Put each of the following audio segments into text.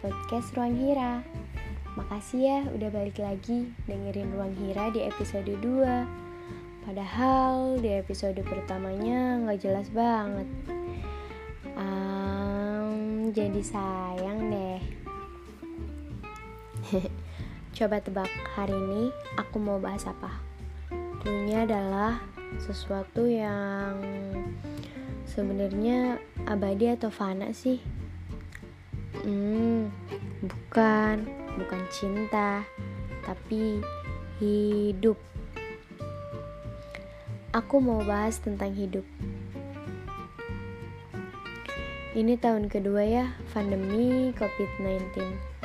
podcast Ruang Hira. Makasih ya udah balik lagi dengerin Ruang Hira di episode 2. Padahal di episode pertamanya gak jelas banget. Jadi sayang deh. Coba tebak hari ini aku mau bahas apa? Cluenya adalah sesuatu yang sebenarnya abadi atau fana sih? Bukan cinta, tapi hidup. Aku mau bahas tentang hidup. Ini tahun kedua ya, pandemi COVID-19.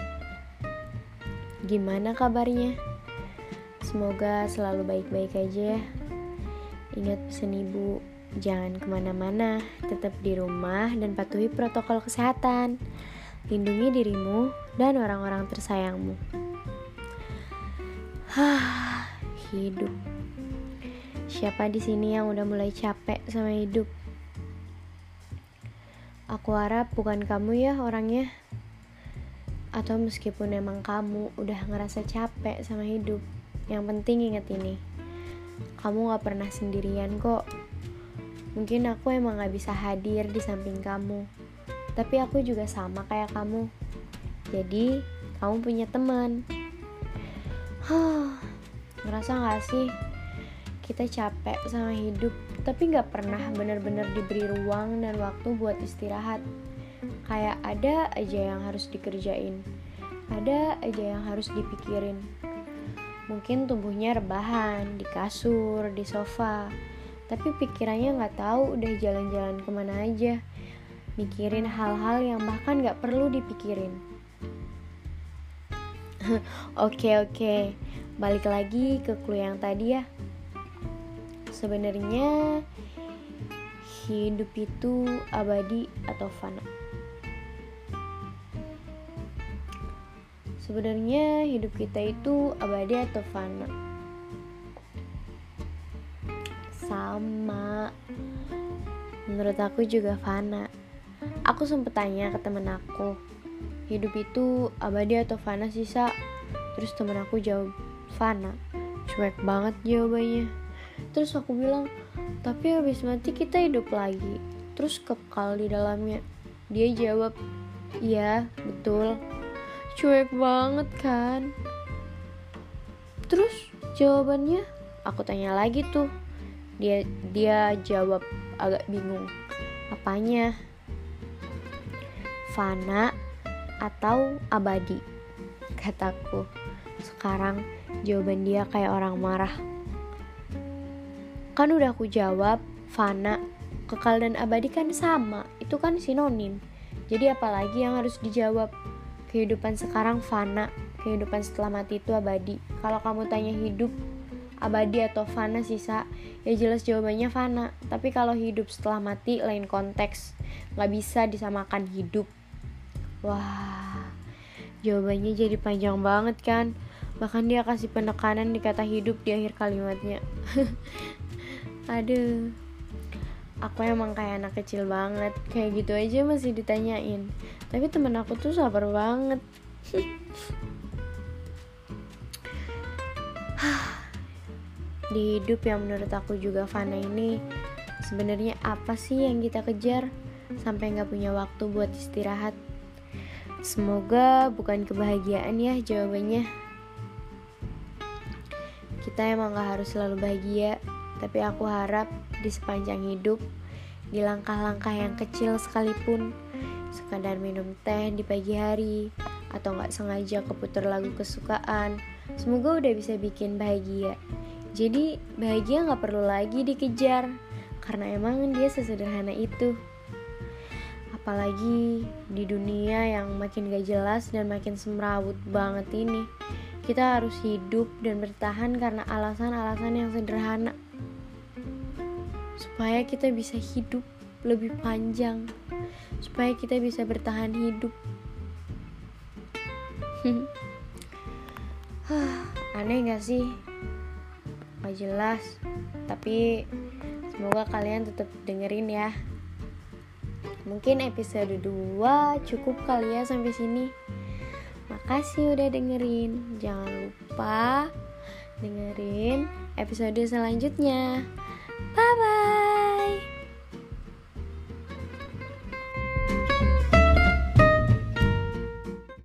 Gimana kabarnya? Semoga selalu baik-baik aja ya. Ingat pesan ibu, jangan kemana-mana, tetap di rumah dan patuhi protokol kesehatan. Lindungi dirimu dan orang-orang tersayangmu. Hidup. Siapa di sini yang udah mulai capek sama hidup? Aku harap bukan kamu ya orangnya. Atau meskipun emang kamu udah ngerasa capek sama hidup, yang penting ingat ini, kamu gak pernah sendirian kok. Mungkin aku emang gak bisa hadir di samping kamu, tapi aku juga sama kayak kamu. Jadi kamu punya teman. Ngerasa gak sih kita capek sama hidup, tapi gak pernah benar-benar diberi ruang dan waktu buat istirahat. Kayak ada aja yang harus dikerjain, ada aja yang harus dipikirin. Mungkin tubuhnya rebahan di kasur, di sofa, tapi pikirannya gak tahu udah jalan-jalan kemana aja, mikirin hal-hal yang bahkan gak perlu dipikirin. Oke, balik lagi ke clue yang tadi ya. Sebenarnya hidup itu abadi atau fana? Sebenarnya hidup kita itu abadi atau fana? Sama. Menurut aku juga fana. Aku sempet tanya ke temen aku, hidup itu abadi atau fana sih, Sa? Terus temen aku jawab, fana. Cuek banget jawabannya. Terus aku bilang, tapi habis mati kita hidup lagi, terus kekal di dalamnya. Dia jawab, iya betul. Cuek banget kan? Terus jawabannya, aku tanya lagi tuh. Dia jawab agak bingung. Apanya? Fana atau abadi? Kataku. Sekarang jawaban dia kayak orang marah. Kan udah aku jawab, fana, kekal dan abadi kan sama, itu kan sinonim. Jadi apalagi yang harus dijawab? Kehidupan sekarang fana, kehidupan setelah mati itu abadi. Kalau kamu tanya hidup abadi atau fana sisa, ya jelas jawabannya fana. Tapi kalau hidup setelah mati lain konteks, gak bisa disamakan hidup. Wah, jawabannya jadi panjang banget kan. Bahkan dia kasih penekanan di kata hidup di akhir kalimatnya. Aduh, aku emang kayak anak kecil banget, kayak gitu aja masih ditanyain. Tapi temen aku tuh sabar banget. Di hidup yang menurut aku juga fana ini, sebenarnya apa sih yang kita kejar sampai gak punya waktu buat istirahat? Semoga bukan kebahagiaan ya jawabannya. Kita emang gak harus selalu bahagia, tapi aku harap di sepanjang hidup, di langkah-langkah yang kecil sekalipun, sekadar minum teh di pagi hari, atau gak sengaja keputar lagu kesukaan, semoga udah bisa bikin bahagia. Jadi bahagia gak perlu lagi dikejar, karena emang dia sesederhana itu. Apalagi di dunia yang makin gak jelas dan makin semrawut banget ini, kita harus hidup dan bertahan karena alasan-alasan yang sederhana, supaya kita bisa hidup lebih panjang, supaya kita bisa bertahan hidup. Aneh gak sih? Gak jelas, tapi semoga kalian tetap dengerin ya. Mungkin episode 2 cukup kali ya sampai sini. Makasih udah dengerin. Jangan lupa dengerin episode selanjutnya. Bye bye.